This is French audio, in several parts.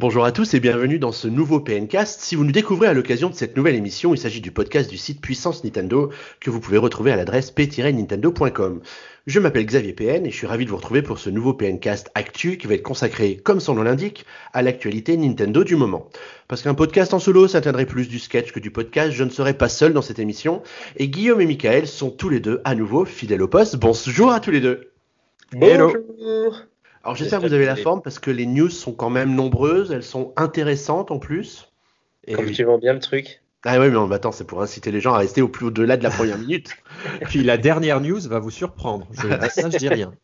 Bonjour à tous et bienvenue dans ce nouveau PNcast. Si vous nous découvrez à l'occasion de cette nouvelle émission, il s'agit du podcast du site Puissance Nintendo que vous pouvez retrouver à l'adresse p-nintendo.com. Je m'appelle Xavier PN et je suis ravi de vous retrouver pour ce nouveau PNcast Actu qui va être consacré, comme son nom l'indique, à l'actualité Nintendo du moment. Parce qu'un podcast en solo, ça tiendrait plus du sketch que du podcast, je ne serai pas seul dans cette émission et Guillaume et Michael sont tous les deux à nouveau fidèles au poste. Bonjour à tous les deux. Bonjour. Alors j'espère que vous avez la forme parce que les news sont quand même nombreuses, elles sont intéressantes en plus. Et comme tu vends bien le truc. Ah oui, mais attends, c'est pour inciter les gens à rester au plus au-delà de la première minute. Puis la dernière news va vous surprendre. Ça, je dis rien.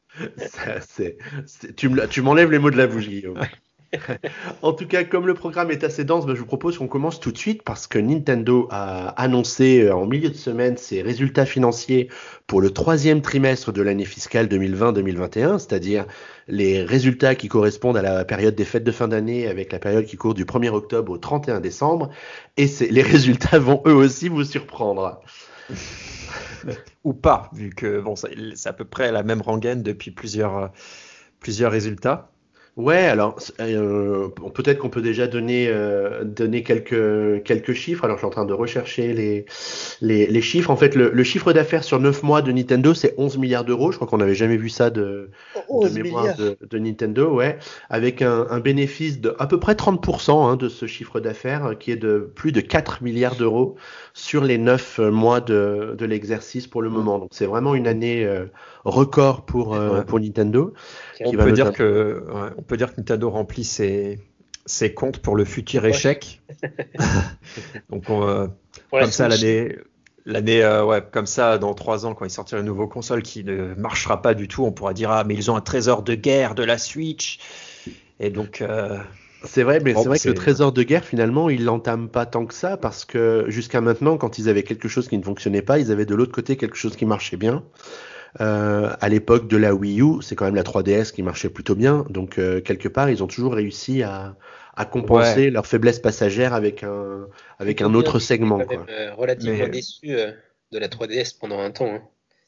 Tu m'enlèves les mots de la bouche, Guillaume. En tout cas, comme le programme est assez dense, je vous propose qu'on commence tout de suite parce que Nintendo a annoncé en milieu de semaine ses résultats financiers pour le troisième trimestre de l'année fiscale 2020-2021, c'est-à-dire les résultats qui correspondent à la période des fêtes de fin d'année avec la période qui court du 1er octobre au 31 décembre. Et les résultats vont eux aussi vous surprendre. Ou pas, vu que c'est à peu près la même rengaine depuis plusieurs résultats. Ouais, alors peut-être qu'on peut déjà donner quelques chiffres. Alors je suis en train de rechercher les chiffres. En fait, le chiffre d'affaires sur 9 mois de Nintendo, c'est 11 milliards d'euros. Je crois qu'on n'avait jamais vu ça de mémoire de Nintendo, ouais, avec un bénéfice de à peu près 30% de ce chiffre d'affaires qui est de plus de 4 milliards d'euros sur les 9 mois de l'exercice pour le moment. Donc c'est vraiment une année record pour Nintendo. On peut dire que Nintendo remplit ses comptes pour le futur échec. Donc comme ça comme ça dans 3 ans quand ils sortiront une nouvelle console qui ne marchera pas du tout, on pourra dire mais ils ont un trésor de guerre de la Switch. Et donc c'est vrai, mais c'est vrai que le trésor de guerre, finalement, ils l'entament pas tant que ça, parce que jusqu'à maintenant, quand ils avaient quelque chose qui ne fonctionnait pas, ils avaient de l'autre côté quelque chose qui marchait bien. À l'époque de la Wii U, c'est quand même la 3DS qui marchait plutôt bien, donc quelque part, ils ont toujours réussi à compenser leur faiblesse passagère avec un autre segment. Quand même, relativement déçu de la 3DS pendant un temps.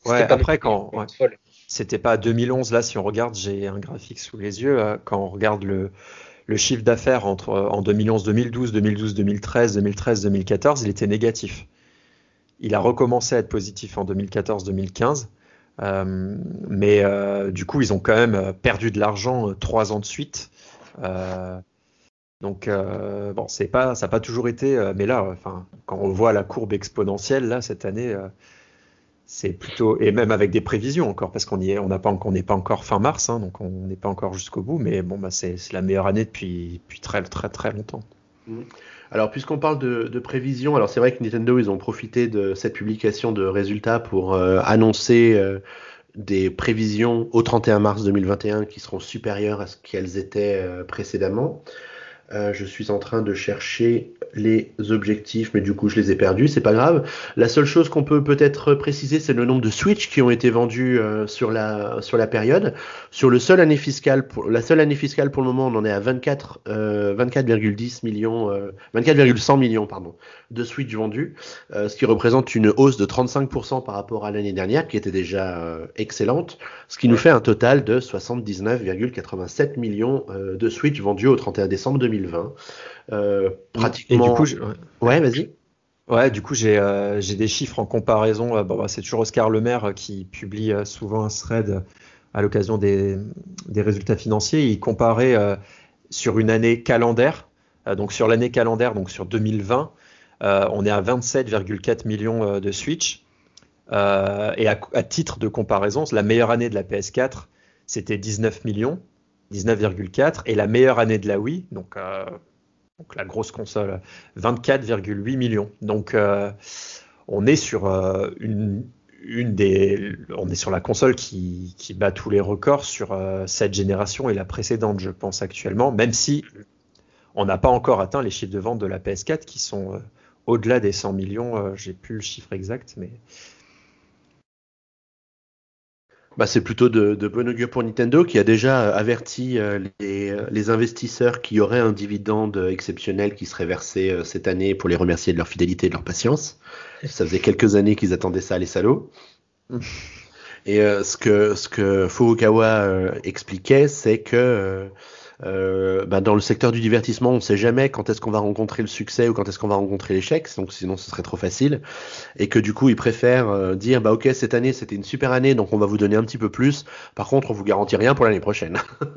C'était pas 2011, là, si on regarde, j'ai un graphique sous les yeux, quand on regarde le chiffre d'affaires en 2011, 2012, 2012, 2013, 2013, 2014, il était négatif. Il a recommencé à être positif en 2014, 2015. Mais du coup, ils ont quand même perdu de l'argent 3 ans de suite. Donc, ça n'a pas toujours été. Mais là, quand on voit la courbe exponentielle, là, cette année, c'est plutôt. Et même avec des prévisions encore, parce qu'on n'est pas encore fin mars, donc on n'est pas encore jusqu'au bout. Mais c'est la meilleure année depuis très, très, très longtemps. Alors, puisqu'on parle de prévision, alors c'est vrai que Nintendo, ils ont profité de cette publication de résultats pour annoncer des prévisions au 31 mars 2021 qui seront supérieures à ce qu'elles étaient précédemment. Je suis en train de chercher les objectifs, mais du coup je les ai perdus, c'est pas grave. La seule chose qu'on peut peut-être préciser, c'est le nombre de Switch qui ont été vendus sur la période. Sur la seule année fiscale pour le moment, on en est à 24,100 millions de Switch vendus, ce qui représente une hausse de 35% par rapport à l'année dernière, qui était déjà excellente, ce qui nous fait un total de 79,87 millions de Switch vendus au 31 décembre 2020. Pratiquement. Et du coup, ouais, vas-y. Ouais, du coup, j'ai des chiffres en comparaison. C'est toujours Oscar Lemaire qui publie souvent un thread à l'occasion des résultats financiers. Il comparait sur une année calendaire. Donc sur l'année calendaire, donc sur 2020, on est à 27,4 millions de Switch. Et à titre de comparaison, la meilleure année de la PS4, c'était 19 millions. 19,4 et la meilleure année de la Wii, donc la grosse console, 24,8 millions. Donc on est sur on est sur la console qui bat tous les records sur cette génération et la précédente, je pense actuellement, même si on n'a pas encore atteint les chiffres de vente de la PS4 qui sont au-delà des 100 millions. J'ai plus le chiffre exact, mais c'est plutôt de bon augure pour Nintendo qui a déjà averti les investisseurs qu'il y aurait un dividende exceptionnel qui serait versé cette année pour les remercier de leur fidélité et de leur patience. Ça faisait quelques années qu'ils attendaient ça, les salauds. Et ce que Furukawa expliquait, c'est que dans le secteur du divertissement, on ne sait jamais quand est-ce qu'on va rencontrer le succès ou quand est-ce qu'on va rencontrer l'échec, donc sinon ce serait trop facile, et que du coup ils préfèrent dire ok, cette année c'était une super année, donc on va vous donner un petit peu plus, par contre on vous garantit rien pour l'année prochaine.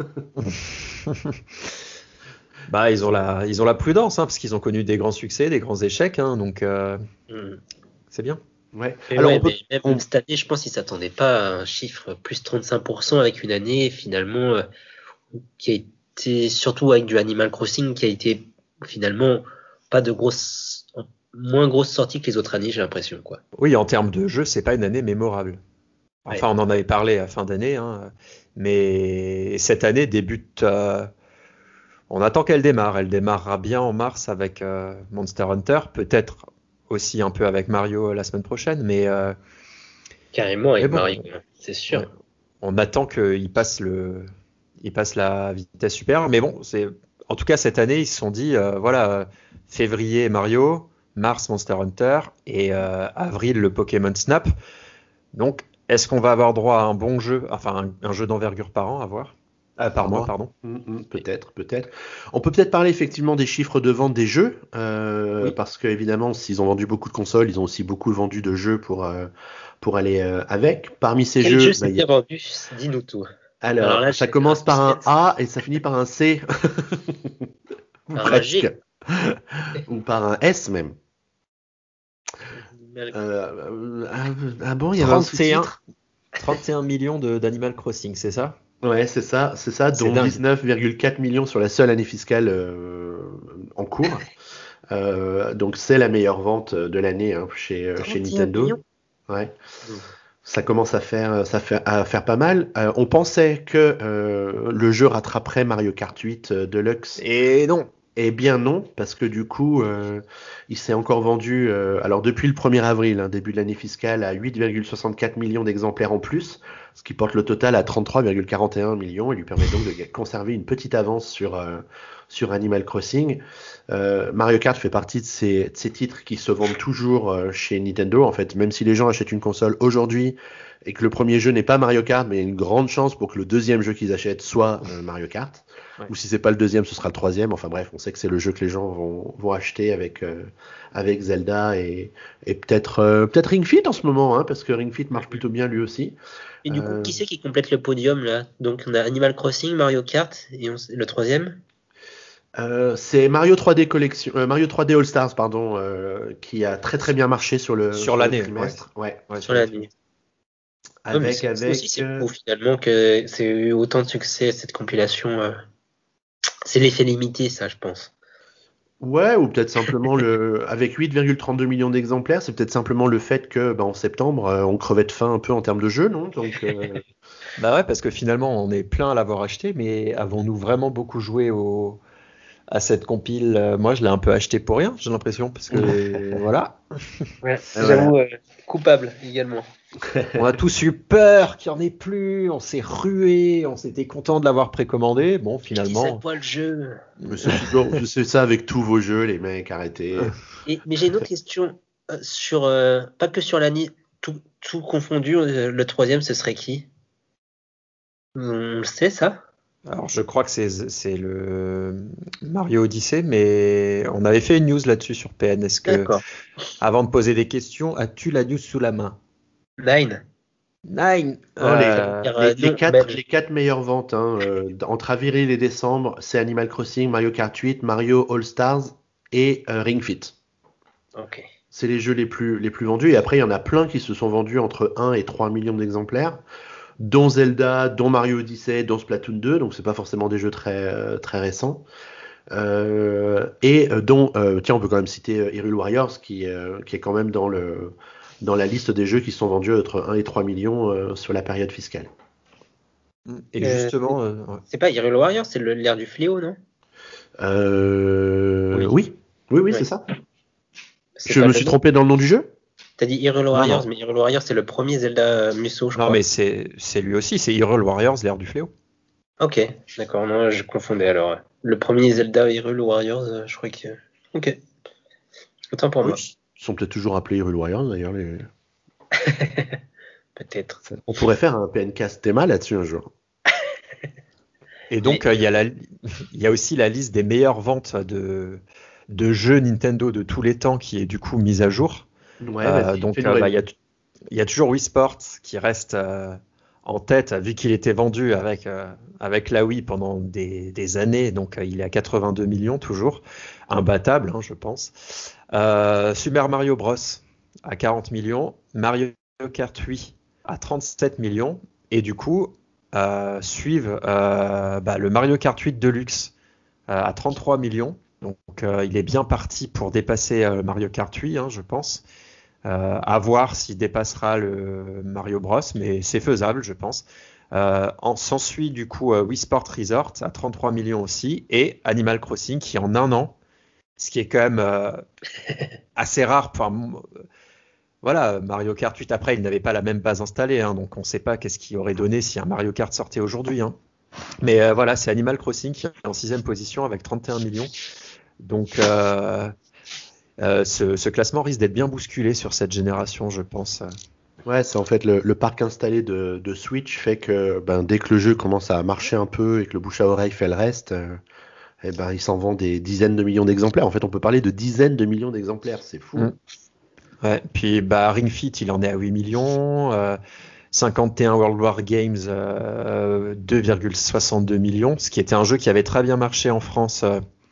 Bah, ils ont la prudence, parce qu'ils ont connu des grands succès, des grands échecs, donc c'est bien. Ouais. Alors même cette année, je pense qu'ils s'attendaient pas à un chiffre plus 35% avec une année finalement qui a été, surtout avec du Animal Crossing, qui a été finalement pas de moins grosse sortie que les autres années, j'ai l'impression, quoi. Oui, en termes de jeu, c'est pas une année mémorable. Enfin, on en avait parlé à fin d'année, mais cette année débute. On attend qu'elle démarre. Elle démarrera bien en mars avec Monster Hunter, peut-être aussi un peu avec Mario la semaine prochaine, mais carrément avec Mario, c'est sûr. Ouais. On attend qu'il passe la vitesse supérieure, mais bon, en tout cas cette année ils se sont dit février Mario, mars Monster Hunter et avril le Pokémon Snap. Donc est-ce qu'on va avoir droit à un bon jeu, enfin un jeu d'envergure par an à voir? Par mois, pardon. Peut-être. On peut peut-être parler effectivement des chiffres de vente des jeux, parce que évidemment, s'ils ont vendu beaucoup de consoles, ils ont aussi beaucoup vendu de jeux pour aller avec. Parmi ces Quel jeux, jeu s'est vendu? Dis-nous tout. Alors là, ça commence par un A et ça finit par un C. Par un G. Ou par un S même. Bon, il y avait un sous-titre. 31 millions d'Animal Crossing, c'est ça? Ouais, c'est ça, dont 19,4 millions sur la seule année fiscale en cours. Donc c'est la meilleure vente de l'année chez Nintendo. Millions. Ouais. Ça commence à faire pas mal. On pensait que le jeu rattraperait Mario Kart 8 Deluxe. Et non. Eh bien non, parce que du coup, il s'est encore vendu, alors depuis le 1er avril, début de l'année fiscale, à 8,64 millions d'exemplaires en plus, ce qui porte le total à 33,41 millions et lui permet donc de conserver une petite avance sur Animal Crossing. Mario Kart fait partie de ces titres qui se vendent toujours chez Nintendo. En fait, même si les gens achètent une console aujourd'hui et que le premier jeu n'est pas Mario Kart, mais il y a une grande chance pour que le deuxième jeu qu'ils achètent soit Mario Kart. Ouais. Ou si c'est pas le deuxième, ce sera le troisième. Enfin bref, on sait que c'est le jeu que les gens vont acheter avec Zelda et peut-être Ring Fit en ce moment, parce que Ring Fit marche plutôt bien lui aussi. Et du coup, qui c'est qui complète le podium là? Donc on a Animal Crossing, Mario Kart et le troisième? C'est Mario 3D Collection, Mario 3D All Stars, pardon, qui a très très bien marché sur l'année, le trimestre. Ouais, sur l'année. Avec aussi, c'est beau finalement que c'est eu autant de succès cette compilation. C'est l'effet limité, ça, je pense. Ouais, ou peut-être simplement avec 8,32 millions d'exemplaires, c'est peut-être simplement le fait que en septembre, on crevait de faim un peu en termes de jeu, non? Donc, Bah ouais, parce que finalement, on est plein à l'avoir acheté, mais avons-nous vraiment beaucoup joué à cette compile? Moi, je l'ai un peu acheté pour rien, j'ai l'impression, parce que voilà. Ouais, j'avoue, coupable également. On a tous eu peur qu'il n'y en ait plus, on s'est rué, on s'était content de l'avoir précommandé. Bon, finalement. C'est pas le jeu. C'est ça avec tous vos jeux, les mecs, arrêtez. Mais j'ai une autre question sur pas que sur l'année, tout confondu. Le troisième, ce serait qui? On le sait ça? Alors, je crois que c'est le Mario Odyssey, mais on avait fait une news là-dessus sur PN. Est-ce que, avant de poser des questions, as-tu la news sous la main? Nine. Les 4 meilleures ventes entre avril et décembre, c'est Animal Crossing, Mario Kart 8, Mario All Stars et Ring Fit. Ok. C'est les jeux les plus vendus. Et après, il y en a plein qui se sont vendus entre 1 et 3 millions d'exemplaires, dont Zelda, dont Mario Odyssey, dont Splatoon 2. Donc, c'est pas forcément des jeux très, très récents. Dont, tiens, on peut quand même citer Hyrule Warriors, qui est quand même dans la liste des jeux qui sont vendus entre 1 et 3 millions sur la période fiscale. Et justement... C'est pas Hyrule Warriors, c'est l'ère du fléau, non? Oui, c'est ça. Je me suis trompé dans le nom du jeu? T'as dit Hyrule Warriors, mais Hyrule Warriors, c'est le premier Zelda Musou, je crois. Non, mais c'est lui aussi, c'est Hyrule Warriors, l'ère du fléau. Ok, d'accord, non, je confondais alors. Le premier Zelda Hyrule Warriors, je crois que... Ok. Autant pour moi. Ils sont peut-être toujours appelés Hyrule Warriors, d'ailleurs. Peut-être. On pourrait faire un PNcast théma là-dessus un jour. Et donc, il y a aussi la liste des meilleures ventes de jeux Nintendo de tous les temps qui est du coup mise à jour. Ouais, vas-y, Donc, fais-nous rêver. il y a toujours Wii Sports qui reste en tête, vu qu'il était vendu avec la Wii pendant des années. Donc, il est à 82 millions toujours. Imbattable, hein, je pense. Super Mario Bros. À 40 millions. Mario Kart 8 à 37 millions. Et du coup, suivent le Mario Kart 8 Deluxe à 33 millions. Donc, il est bien parti pour dépasser Mario Kart 8, hein, je pense. À voir s'il dépassera le Mario Bros, mais c'est faisable, je pense. S'ensuit du coup Wii Sport Resort à 33 millions aussi, et Animal Crossing qui en un an, ce qui est quand même assez rare. Voilà, Mario Kart 8 après, il n'avait pas la même base installée, hein, donc on ne sait pas qu'est-ce qu'il aurait donné si un Mario Kart sortait aujourd'hui. Hein. Mais voilà, c'est Animal Crossing qui est en 6e position avec 31 millions. Donc ce classement risque d'être bien bousculé sur cette génération, je pense. Ouais, c'est en fait le parc installé de Switch fait que dès que le jeu commence à marcher un peu et que le bouche à oreille fait le reste, il s'en vend des dizaines de millions d'exemplaires. En fait, on peut parler de dizaines de millions d'exemplaires, c'est fou. Ouais, puis Ring Fit, il en est à 8 millions. 51 World War Games, 2,62 millions, ce qui était un jeu qui avait très bien marché en France.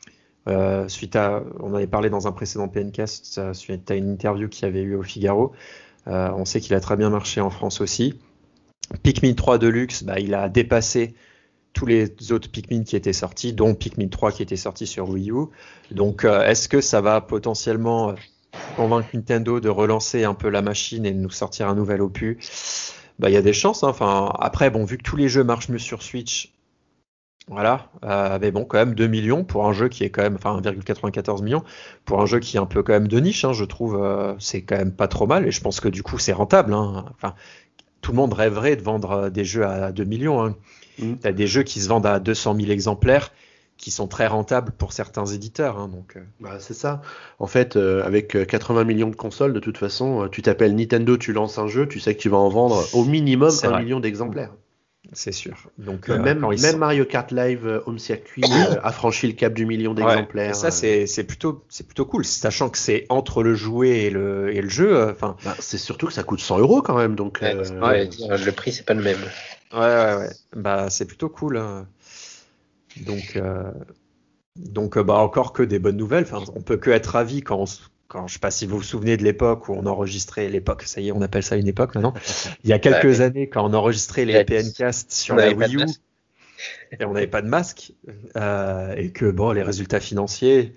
On avait parlé dans un précédent PNcast suite à une interview qu'il y avait eu au Figaro. On sait qu'il a très bien marché en France aussi. Pikmin 3 Deluxe, il a dépassé tous les autres Pikmin qui étaient sortis, dont Pikmin 3 qui était sorti sur Wii U. Donc, est-ce que ça va potentiellement convaincre Nintendo de relancer un peu la machine et de nous sortir un nouvel opus? Il y a des chances. Hein. Enfin, après, vu que tous les jeux marchent mieux sur Switch, voilà, mais bon, quand même 2 millions pour un jeu qui est quand même, 1,94 millions pour un jeu qui est un peu quand même de niche, hein, je trouve, c'est quand même pas trop mal et je pense que du coup c'est rentable. Hein. Enfin, tout le monde rêverait de vendre des jeux à 2 millions. Hein. T'as des jeux qui se vendent à 200 000 exemplaires qui sont très rentables pour certains éditeurs. Hein, donc, c'est ça. En fait, avec 80 millions de consoles, de toute façon, tu t'appelles Nintendo, tu lances un jeu, tu sais que tu vas en vendre au minimum 1 million d'exemplaires. C'est sûr. Donc, même Mario Kart Live Home Circuit a franchi le cap du million d'exemplaires. Ça, c'est plutôt cool, sachant que c'est entre le jouet et le jeu. C'est surtout que ça coûte 100 € quand même. Donc, le prix, c'est pas le même. Ouais. C'est plutôt cool. Hein. Donc, encore que des bonnes nouvelles. On peut que être ravi quand je sais pas si vous vous souvenez de l'époque où on enregistrait l'époque, ça y est, on appelle ça une époque maintenant. Il y a quelques années, quand on enregistrait les PNcast sur la Wii U, et on n'avait pas de masque, et que les résultats financiers,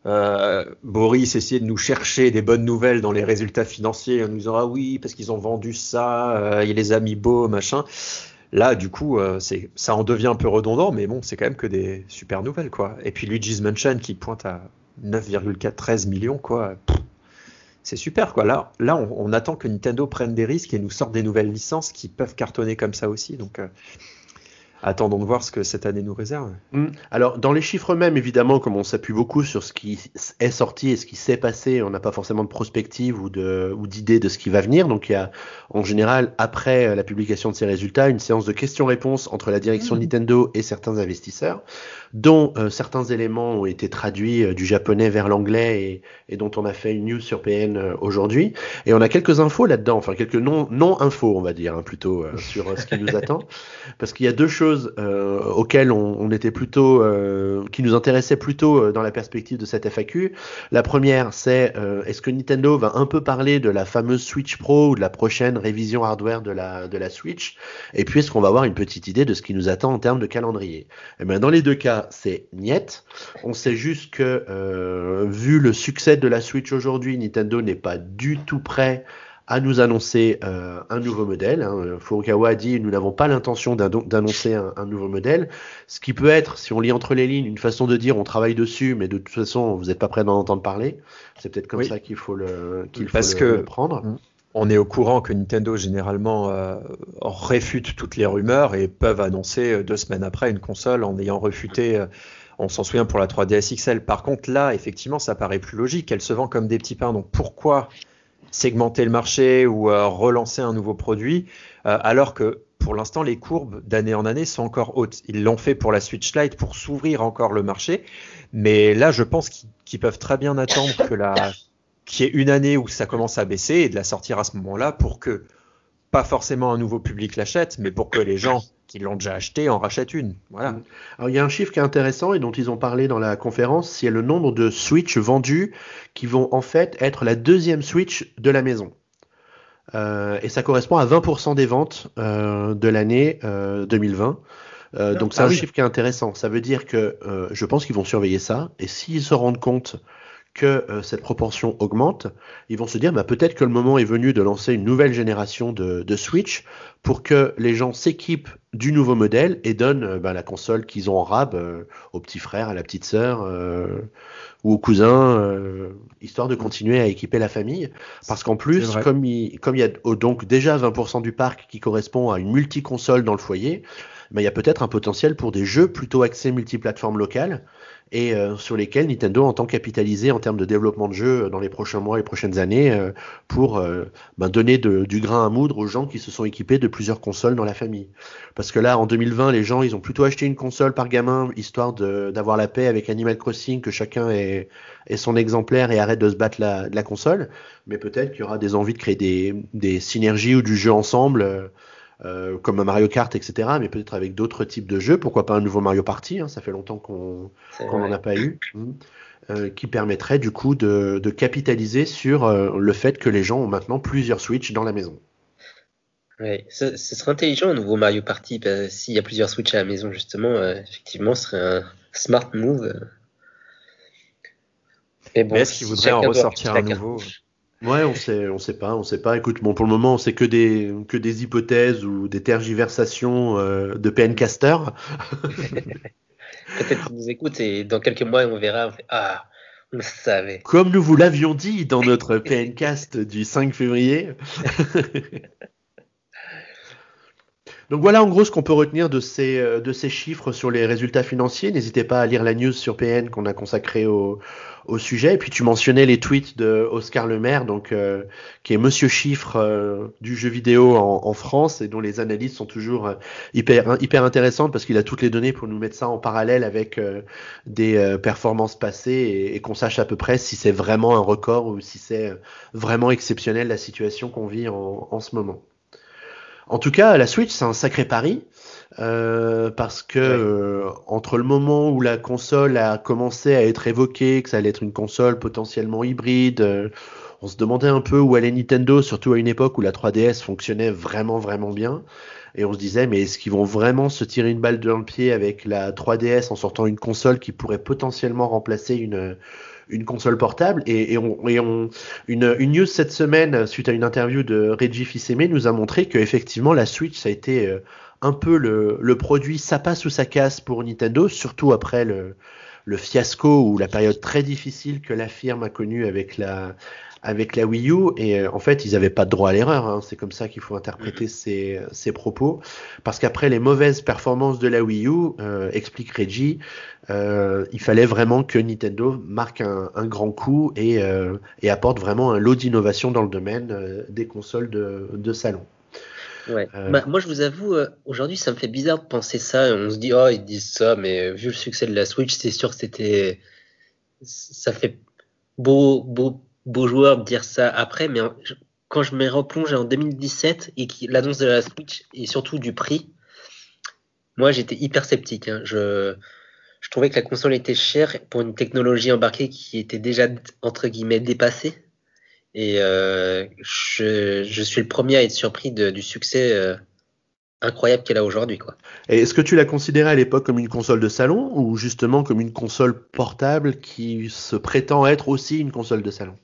Boris essayait de nous chercher des bonnes nouvelles dans les résultats financiers en nous disant oui parce qu'ils ont vendu ça, il les a mis beaux, machin. Là, du coup, ça en devient un peu redondant, mais bon, c'est quand même que des super nouvelles, quoi. Et puis Luigi's Mansion qui pointe à 9,13 millions, quoi. C'est super, quoi. Là, on attend que Nintendo prenne des risques et nous sorte des nouvelles licences qui peuvent cartonner comme ça aussi. Donc, attendons de voir ce que cette année nous réserve. Alors, dans les chiffres même, évidemment, comme on s'appuie beaucoup sur ce qui est sorti et ce qui s'est passé, on n'a pas forcément de prospective ou d'idée de ce qui va venir. Donc, il y a, en général, après la publication de ces résultats, une séance de questions-réponses entre la direction de Nintendo et certains investisseurs, dont certains éléments ont été traduits du japonais vers l'anglais et dont on a fait une news sur PN aujourd'hui. Et on a quelques infos là-dedans, enfin quelques non-infos, on va dire, plutôt, sur ce qui nous attend. Parce qu'il y a deux choses auxquelles on était plutôt, qui nous intéressaient plutôt dans la perspective de cette FAQ. La première, c'est est-ce que Nintendo va un peu parler de la fameuse Switch Pro ou de la prochaine révision hardware de la Switch? Et puis, est-ce qu'on va avoir une petite idée de ce qui nous attend en termes de calendrier? Et bien, dans les deux cas, c'est niet. On sait juste que, vu le succès de la Switch aujourd'hui, Nintendo n'est pas du tout prêt à nous annoncer un nouveau modèle. Furukawa a dit « Nous n'avons pas l'intention d'annoncer un nouveau modèle », ce qui peut être, si on lit entre les lignes, une façon de dire « On travaille dessus, mais de toute façon, vous n'êtes pas prêt d'en entendre parler ». C'est peut-être comme ça qu'il faut le prendre. On est au courant que Nintendo, généralement, réfute toutes les rumeurs et peuvent annoncer 2 semaines après une console en ayant refuté... on s'en souvient pour la 3DS XL. Par contre, là, effectivement, ça paraît plus logique. Elle se vend comme des petits pains. Donc, pourquoi segmenter le marché ou relancer un nouveau produit alors que pour l'instant, les courbes d'année en année sont encore hautes. Ils l'ont fait pour la Switch Lite pour s'ouvrir encore le marché. Mais là, je pense qu'ils peuvent très bien attendre qu'il y ait une année où ça commence à baisser et de la sortir à ce moment-là pour que, pas forcément un nouveau public l'achète, mais pour que les gens qui l'ont déjà acheté en rachètent une. Voilà. Alors, il y a un chiffre qui est intéressant et dont ils ont parlé dans la conférence, c'est le nombre de Switch vendus qui vont en fait être la deuxième Switch de la maison. Et ça correspond à 20% des ventes de l'année 2020. Donc c'est un chiffre qui est intéressant. Ça veut dire que je pense qu'ils vont surveiller ça. Et s'ils se rendent compte que cette proportion augmente, ils vont se dire peut-être que le moment est venu de lancer une nouvelle génération de Switch pour que les gens s'équipent du nouveau modèle et donnent la console qu'ils ont en rab au petit frère, à la petite sœur ou aux cousins, histoire de continuer à équiper la famille. Parce qu'en plus, comme il y a donc déjà 20% du parc qui correspond à une multi-console dans le foyer, il y a peut-être un potentiel pour des jeux plutôt axés multiplateformes locales et sur lesquels Nintendo entend capitaliser en termes de développement de jeux dans les prochains mois, les prochaines années, pour donner du grain à moudre aux gens qui se sont équipés de plusieurs consoles dans la famille. Parce que là, en 2020, les gens, ils ont plutôt acheté une console par gamin, histoire d'avoir la paix avec Animal Crossing, que chacun ait son exemplaire et arrête de se battre de la console. Mais peut-être qu'il y aura des envies de créer des synergies ou du jeu ensemble, comme un Mario Kart, etc., mais peut-être avec d'autres types de jeux. Pourquoi pas un nouveau Mario Party, ça fait longtemps qu'on n'en a pas eu, qui permettrait du coup de capitaliser sur le fait que les gens ont maintenant plusieurs Switch dans la maison. Ouais, ce serait intelligent un nouveau Mario Party, s'il y a plusieurs Switch à la maison justement, effectivement ce serait un smart move. Mais est-ce qu'ils voudraient en ressortir un nouveau? Ouais, on sait pas. Écoute, pour le moment, on sait que des hypothèses ou des tergiversations de PNcaster. Peut-être qu'ils nous écoutent et dans quelques mois, on verra. On le savait. Comme nous vous l'avions dit dans notre PNcast du 5 février. Donc voilà en gros ce qu'on peut retenir de ces chiffres sur les résultats financiers. N'hésitez pas à lire la news sur PN qu'on a consacrée au sujet. Et puis tu mentionnais les tweets de Oscar Lemaire, donc qui est Monsieur Chiffre du jeu vidéo en France et dont les analyses sont toujours hyper intéressantes parce qu'il a toutes les données pour nous mettre ça en parallèle avec des performances passées et qu'on sache à peu près si c'est vraiment un record ou si c'est vraiment exceptionnel la situation qu'on vit en ce moment. En tout cas, la Switch, c'est un sacré pari, parce que entre le moment où la console a commencé à être évoquée, que ça allait être une console potentiellement hybride, on se demandait un peu où allait Nintendo, surtout à une époque où la 3DS fonctionnait vraiment, vraiment bien. Et on se disait, mais est-ce qu'ils vont vraiment se tirer une balle dans le pied avec la 3DS en sortant une console qui pourrait potentiellement remplacer une console portable une news cette semaine suite à une interview de Reggie Fils-Aimé nous a montré que effectivement la Switch ça a été un peu le produit ça passe ou ça casse pour Nintendo, surtout après le fiasco ou la période très difficile que la firme a connue avec la Wii U, et en fait ils n'avaient pas de droit à l'erreur, c'est comme ça qu'il faut interpréter ces propos, parce qu'après les mauvaises performances de la Wii U, explique Reggie, il fallait vraiment que Nintendo marque un grand coup et apporte vraiment un lot d'innovation dans le domaine des consoles de salon. Ouais. Moi je vous avoue, aujourd'hui ça me fait bizarre de penser ça, on se dit ils disent ça, mais vu le succès de la Switch c'est sûr que ça fait beau joueur de dire ça après, mais quand je me replonge en 2017 et l'annonce de la Switch et surtout du prix, moi j'étais hyper sceptique. Je trouvais que la console était chère pour une technologie embarquée qui était déjà entre guillemets dépassée. Et je suis le premier à être surpris du succès incroyable qu'elle a aujourd'hui, quoi. Et est-ce que tu l'as considérée à l'époque comme une console de salon ou justement comme une console portable qui se prétend être aussi une console de salon?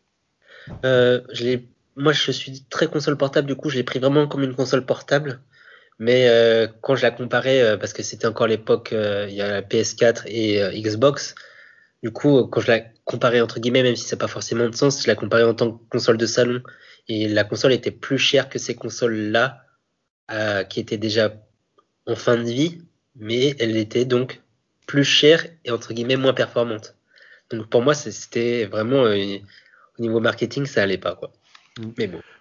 Moi, je suis très console portable, du coup, je l'ai pris vraiment comme une console portable. Mais quand je la comparais, parce que c'était encore l'époque, il y a la PS4 et Xbox, du coup, quand je la comparais entre guillemets, même si ça n'a pas forcément de sens, je la comparais en tant que console de salon. Et la console était plus chère que ces consoles-là, qui étaient déjà en fin de vie, mais elle était donc plus chère et entre guillemets moins performante. Donc pour moi, c'était vraiment au niveau marketing, ça allait pas, quoi. Mais bon.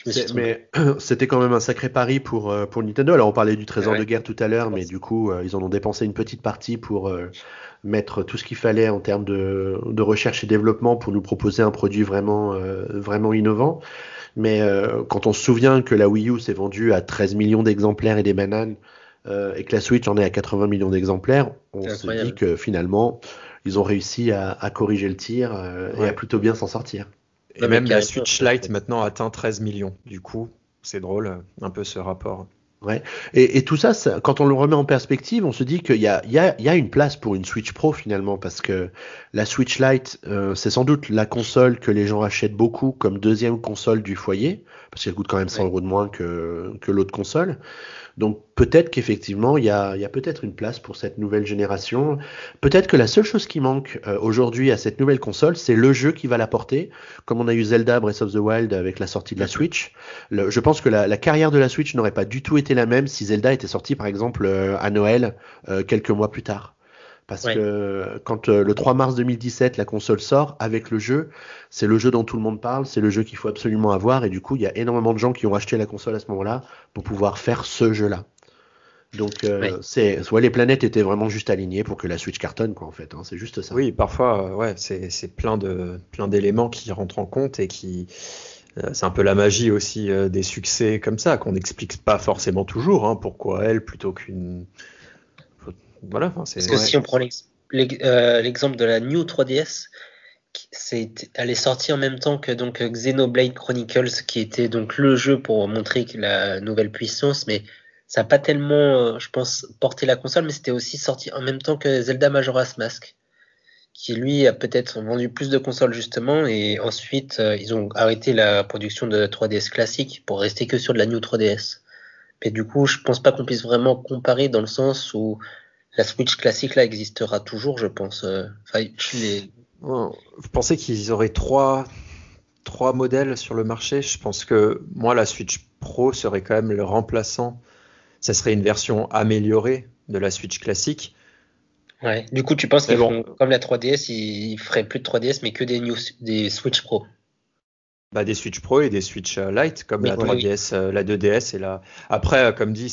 je me suis trompé. Mais c'était quand même un sacré pari pour Nintendo. Alors on parlait du trésor Ouais. de guerre tout à l'heure, mais du coup ils en ont dépensé une petite partie pour mettre tout ce qu'il fallait en termes de recherche et développement pour nous proposer un produit vraiment innovant. Mais quand on se souvient que la Wii U s'est vendue à 13 millions d'exemplaires et des bananes, et que la Switch en est à 80 millions d'exemplaires, on C'est se dit incroyable. que finalement ils ont réussi à corriger le tir et à Ouais. plutôt bien s'en sortir. Et Non, mais même la carrément, Switch Lite maintenant atteint 13 millions. Du coup, c'est drôle, un peu ce rapport. Ouais. Et tout ça, quand on le remet en perspective, on se dit qu'il y a une place pour une Switch Pro finalement, parce que la Switch Lite, c'est sans doute la console que les gens achètent beaucoup comme deuxième console du foyer, parce qu'elle coûte quand même 100 Ouais. euros de moins que l'autre console. Donc peut-être qu'effectivement, il y a peut-être une place pour cette nouvelle génération. Peut-être que la seule chose qui manque aujourd'hui à cette nouvelle console, c'est le jeu qui va la porter, comme on a eu Zelda Breath of the Wild avec la sortie de la Switch. Je pense que la carrière de la Switch n'aurait pas du tout été la même si Zelda était sorti par exemple à Noël quelques mois plus tard. Parce Ouais. que quand le 3 mars 2017, la console sort avec le jeu, c'est le jeu dont tout le monde parle, c'est le jeu qu'il faut absolument avoir, et du coup, il y a énormément de gens qui ont acheté la console à ce moment-là pour pouvoir faire ce jeu-là. Donc, Ouais. soit les planètes étaient vraiment juste alignées pour que la Switch cartonne, quoi, en fait, hein, c'est juste ça. Oui, parfois, ouais, c'est plein d'éléments qui rentrent en compte et qui, c'est un peu la magie aussi des succès comme ça, qu'on n'explique pas forcément toujours, hein, pourquoi elle plutôt qu'une. Voilà, enfin, Parce que Ouais. si on prend l'exemple de la New 3DS, elle est sortie en même temps que donc Xenoblade Chronicles, qui était donc le jeu pour montrer la nouvelle puissance, mais ça n'a pas tellement, je pense, porté la console, mais c'était aussi sorti en même temps que Zelda Majora's Mask, qui lui a peut-être vendu plus de consoles justement, et ensuite ils ont arrêté la production de 3DS classique pour rester que sur de la New 3DS. Mais du coup, je pense pas qu'on puisse vraiment comparer dans le sens où la Switch classique là existera toujours, je pense. Enfin, Vous pensez qu'ils auraient trois modèles sur le marché? Je pense que moi, la Switch Pro serait quand même le remplaçant. Ça serait une version améliorée de la Switch classique. Ouais. Du coup, tu penses Mais qu'ils bon, feront comme la 3DS, ils feraient plus de 3DS, mais que des Switch Pro. bah, des Switch Pro et des Switch Lite, comme Oui, la oui, oui. 3DS, la 2DS et la. Après, comme dit,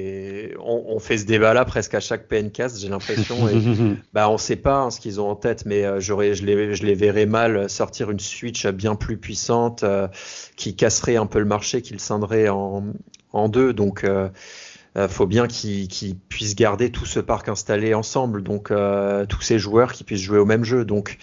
on fait ce débat-là presque à chaque PNcast, j'ai l'impression, et bah, on sait pas hein, ce qu'ils ont en tête, mais je les verrais mal sortir une Switch bien plus puissante, qui casserait un peu le marché, qui le scinderait en deux. Donc, faut bien qu'ils puissent garder tout ce parc installé ensemble, donc tous ces joueurs qui puissent jouer au même jeu. Donc,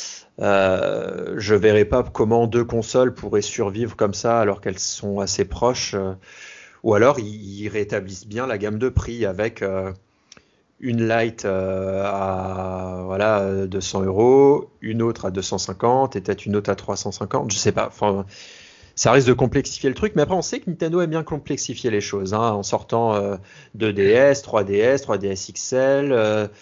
je verrais pas comment deux consoles pourraient survivre comme ça alors qu'elles sont assez proches. Ou alors ils rétablissent bien la gamme de prix avec une Lite à voilà 200 euros, une autre à 250 et peut-être une autre à 350. Je sais pas. Enfin, ça risque de complexifier le truc, mais après on sait que Nintendo aime bien complexifier les choses hein, en sortant 2DS, 3DS, 3DS XL,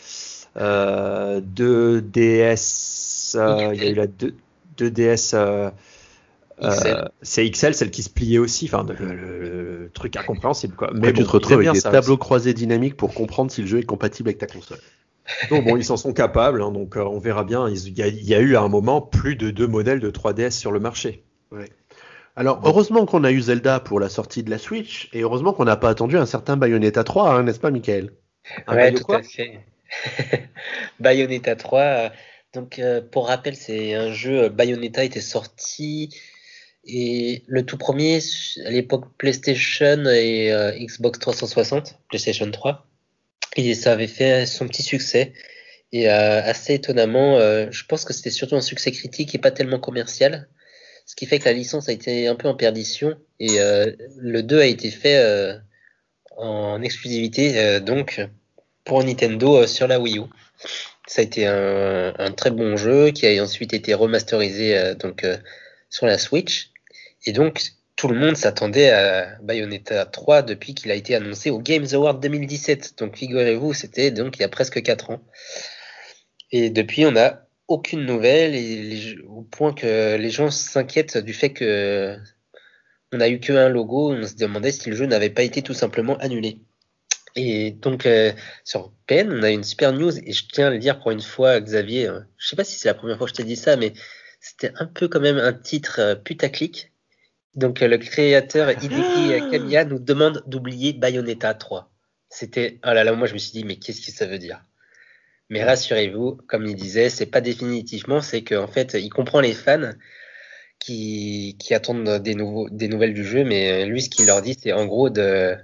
2DS, il y a eu XL, la 2DS, XL. c'est XL, celle qui se pliait aussi, enfin le truc incompréhensible quoi. Mais Après, tu bon, te ils retrouves aiment avec bien des ça tableaux aussi. croisés dynamiques pour comprendre si le jeu est compatible avec ta console. Donc bon, ils s'en sont capables, hein, donc on verra bien. Il y a eu à un moment plus de deux modèles de 3DS sur le marché. Ouais. Alors, Donc heureusement qu'on a eu Zelda pour la sortie de la Switch, et heureusement qu'on n'a pas attendu un certain Bayonetta 3, hein, n'est-ce pas, Michael? un Ouais, bail tout quoi? à fait. Bayonetta 3. Donc, pour rappel, c'est un jeu. Bayonetta était sorti et le tout premier à l'époque PlayStation et Xbox 360, PlayStation 3. Et ça avait fait son petit succès. Et assez étonnamment, je pense que c'était surtout un succès critique et pas tellement commercial. Ce qui fait que la licence a été un peu en perdition. Et le 2 a été fait en exclusivité, donc pour Nintendo sur la Wii U. Ça a été un très bon jeu qui a ensuite été remasterisé sur la Switch. Et donc, tout le monde s'attendait à Bayonetta 3 depuis qu'il a été annoncé au Games Award 2017. Donc, figurez-vous, c'était donc il y a presque 4 ans. Et depuis, on n'a aucune nouvelle, au point que les gens s'inquiètent du fait que on n'a eu qu'un logo. On se demandait si le jeu n'avait pas été tout simplement annulé. Et donc, sur PN, on a une super news, et je tiens à le dire pour une fois, Xavier, je sais pas si c'est la première fois que je te dis ça, mais c'était un peu quand même un titre putaclic. Donc, le créateur Hideki Kamiya nous demande d'oublier Bayonetta 3. C'était, oh là là, moi je me suis dit, mais qu'est-ce que ça veut dire? Mais rassurez-vous, comme il disait, c'est pas définitivement, c'est qu'en fait, il comprend les fans qui attendent des nouvelles du jeu, mais lui, ce qu'il leur dit, c'est en gros de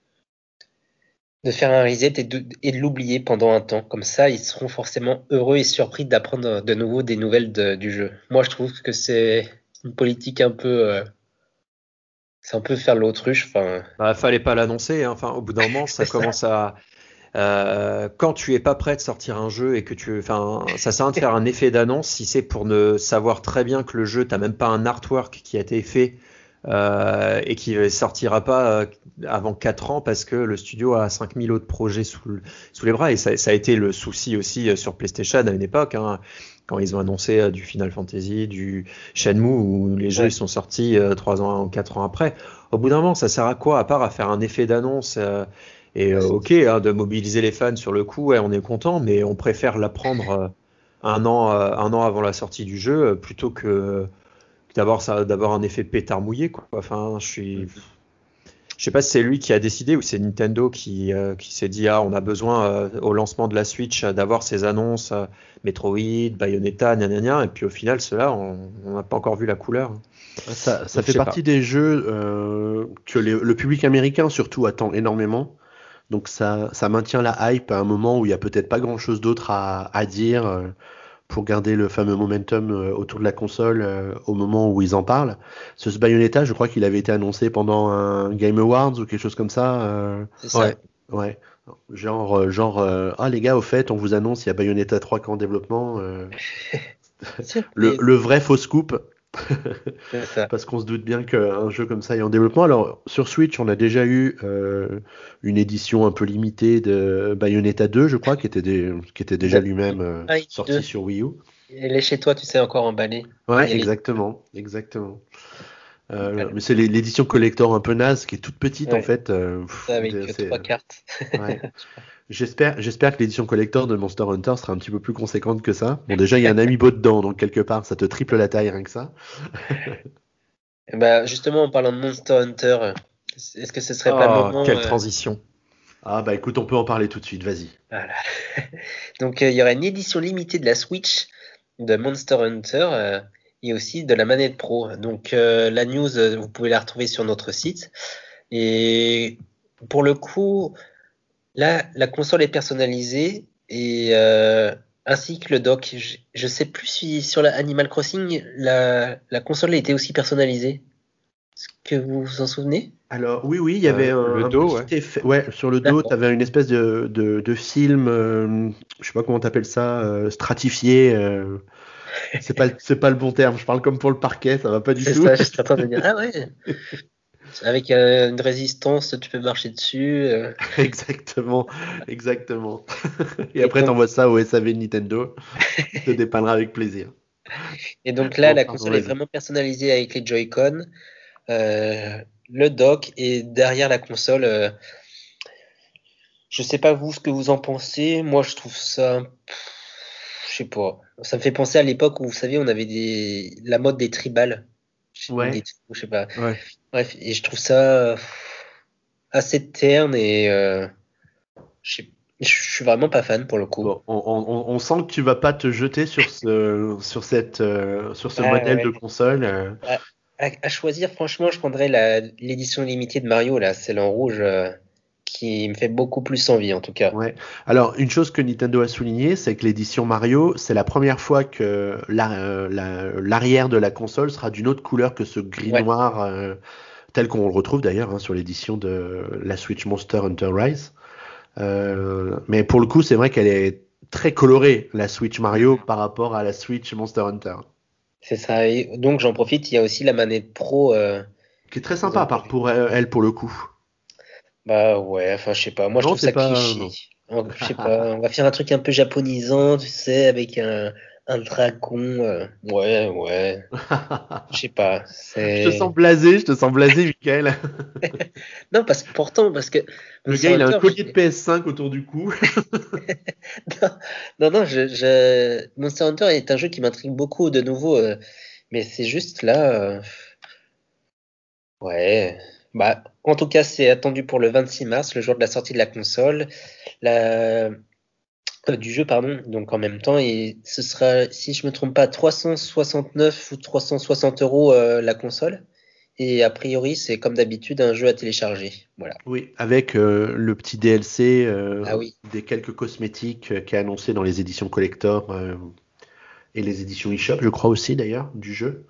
faire un reset et de l'oublier pendant un temps. Comme ça, ils seront forcément heureux et surpris d'apprendre de nouveau des nouvelles du jeu. Moi, je trouve que c'est une politique un peu... c'est un peu faire l'autruche. Enfin, Bah, fallait pas l'annoncer, hein. Enfin, au bout d'un moment, ça commence à. Quand tu es pas prêt de sortir un jeu et que enfin, ça sert à rien de faire un effet d'annonce si c'est pour ne savoir très bien que le jeu, t'as même pas un artwork qui a été fait et qui sortira pas avant 4 ans parce que le studio a 5000 autres projets sous les bras. Et ça a été le souci aussi sur PlayStation à une époque, hein, quand ils ont annoncé du Final Fantasy, du Shenmue, où les jeux ils sont sortis 3 ans ou 4 ans après. Au bout d'un moment, ça sert à quoi à part à faire un effet d'annonce ok, hein, de mobiliser les fans sur le coup, ouais, on est content, mais on préfère l'apprendre un an avant la sortie du jeu plutôt que d'avoir un effet pétard mouillé, quoi. Enfin, je sais pas si c'est lui qui a décidé ou c'est Nintendo qui s'est dit on a besoin au lancement de la Switch d'avoir ces annonces Metroid, Bayonetta, gna gna gna, et puis au final ceux-là on n'a pas encore vu la couleur. Ça fait partie des jeux que le public américain surtout attend énormément. Donc ça maintient la hype à un moment où il y a peut-être pas grand-chose d'autre à dire pour garder le fameux momentum autour de la console au moment où ils en parlent. Ce Bayonetta, je crois qu'il avait été annoncé pendant un Game Awards ou quelque chose comme ça. c'est ça. Ouais. Ah les gars, au fait, on vous annonce il y a Bayonetta 3 qui est en développement. Le vrai faux scoop. C'est ça. Parce qu'on se doute bien qu'un jeu comme ça est en développement. Alors, sur Switch, on a déjà eu une édition un peu limitée de Bayonetta 2, je crois, qui était déjà lui-même sorti sur Wii U. Elle est chez toi, tu sais, encore emballée. Ouais, exactement. Mais c'est l'édition collector un peu naze, qui est toute petite en fait. Avec 3 cartes. Ouais. J'espère que l'édition collector de Monster Hunter sera un petit peu plus conséquente que ça. Bon, déjà, il y a un amiibo dedans, donc quelque part, ça te triple la taille, rien que ça. Bah, justement, en parlant de Monster Hunter, est-ce que ce serait pas le moment... Quelle transition. Ah bah écoute, on peut en parler tout de suite, vas-y. Voilà. Donc, il y aura une édition limitée de la Switch de Monster Hunter et aussi de la manette Pro. Donc, la news, vous pouvez la retrouver sur notre site. Et pour le coup... Là, la console est personnalisée et ainsi que le dock. Je sais plus si sur la Animal Crossing la console a été aussi personnalisée. Est-ce que vous vous en souvenez? Alors oui, il y avait le un dos, petit effet. Ouais, sur le dos, tu avais une espèce de film, je sais pas comment t'appelles ça, stratifié. C'est pas le bon terme. Je parle comme pour le parquet, ça va pas du C'est tout. ça, je suis en train de dire. Ah ouais. Avec une résistance, tu peux marcher dessus. Exactement. Et après, t'envoies ça au SAV de Nintendo. Il te dépannera avec plaisir. Et donc là, Bon, la pardon, console est vas-y. vraiment personnalisée avec les Joy-Con, le dock et derrière la console. Je sais pas vous ce que vous en pensez. Moi, je trouve ça, je sais pas. Ça me fait penser à l'époque où vous savez, on avait la mode des tribales. Ouais, Je sais pas. ouais. Bref, et je trouve ça assez terne et je suis vraiment pas fan pour le coup. Bon, on sent que tu vas pas te jeter sur ce Ah modèle de ouais. console. À choisir, franchement, je prendrais l'édition limitée de Mario, là, celle en rouge, qui me fait beaucoup plus envie en tout cas. Ouais. Alors, une chose que Nintendo a souligné, c'est que l'édition Mario, c'est la première fois que l'arrière de la console sera d'une autre couleur que ce Ouais, gris-noir, tel qu'on le retrouve d'ailleurs sur l'édition de la Switch Monster Hunter Rise. Mais pour le coup, c'est vrai qu'elle est très colorée, la Switch Mario, par rapport à la Switch Monster Hunter. c'est ça. Et donc j'en profite, il y a aussi la manette Pro. Qui est très Ils sympa, ont pour elle, pour le coup. Bah ouais, enfin je sais pas, moi je Non, trouve c'est ça pas. Non. cliché. Je sais pas, on va faire un truc un peu japonisant, tu sais, avec un dragon. Ouais, ouais, je sais pas. C'est Je te sens blasé, Michael. non parce que Le Monster gars, il a un Hunter, collier de PS5 autour du cou. non, Monster Hunter est un jeu qui m'intrigue beaucoup de nouveau, mais c'est juste là, Ouais. Bah, en tout cas, c'est attendu pour le 26 mars, le jour de la sortie de la console, la... du jeu, pardon. Donc en même temps, et ce sera, si je me trompe pas, 369 ou 360 euros la console. Et a priori, c'est comme d'habitude un jeu à télécharger. Voilà. Oui, avec le petit DLC Ah oui. des quelques cosmétiques qui est annoncé dans les éditions collector et les éditions eShop, je crois aussi d'ailleurs, du jeu.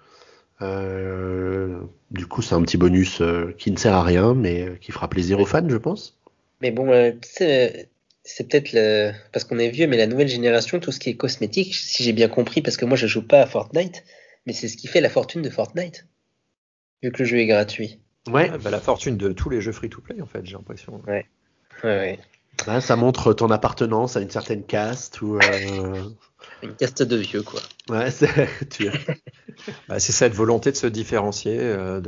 Du coup, c'est un petit bonus qui ne sert à rien, mais qui fera plaisir aux fans, je pense. Mais bon, c'est peut-être parce qu'on est vieux, mais la nouvelle génération, tout ce qui est cosmétique, si j'ai bien compris, parce que moi je joue pas à Fortnite, mais c'est ce qui fait la fortune de Fortnite, vu que le jeu est gratuit. Ouais, Ouais, bah, la fortune de tous les jeux free-to-play, en fait, j'ai l'impression. Ouais, ouais. bah, ça montre ton appartenance à une certaine caste ou Une caste de vieux, quoi. ouais, tu... Bah, c'est cette volonté de se différencier,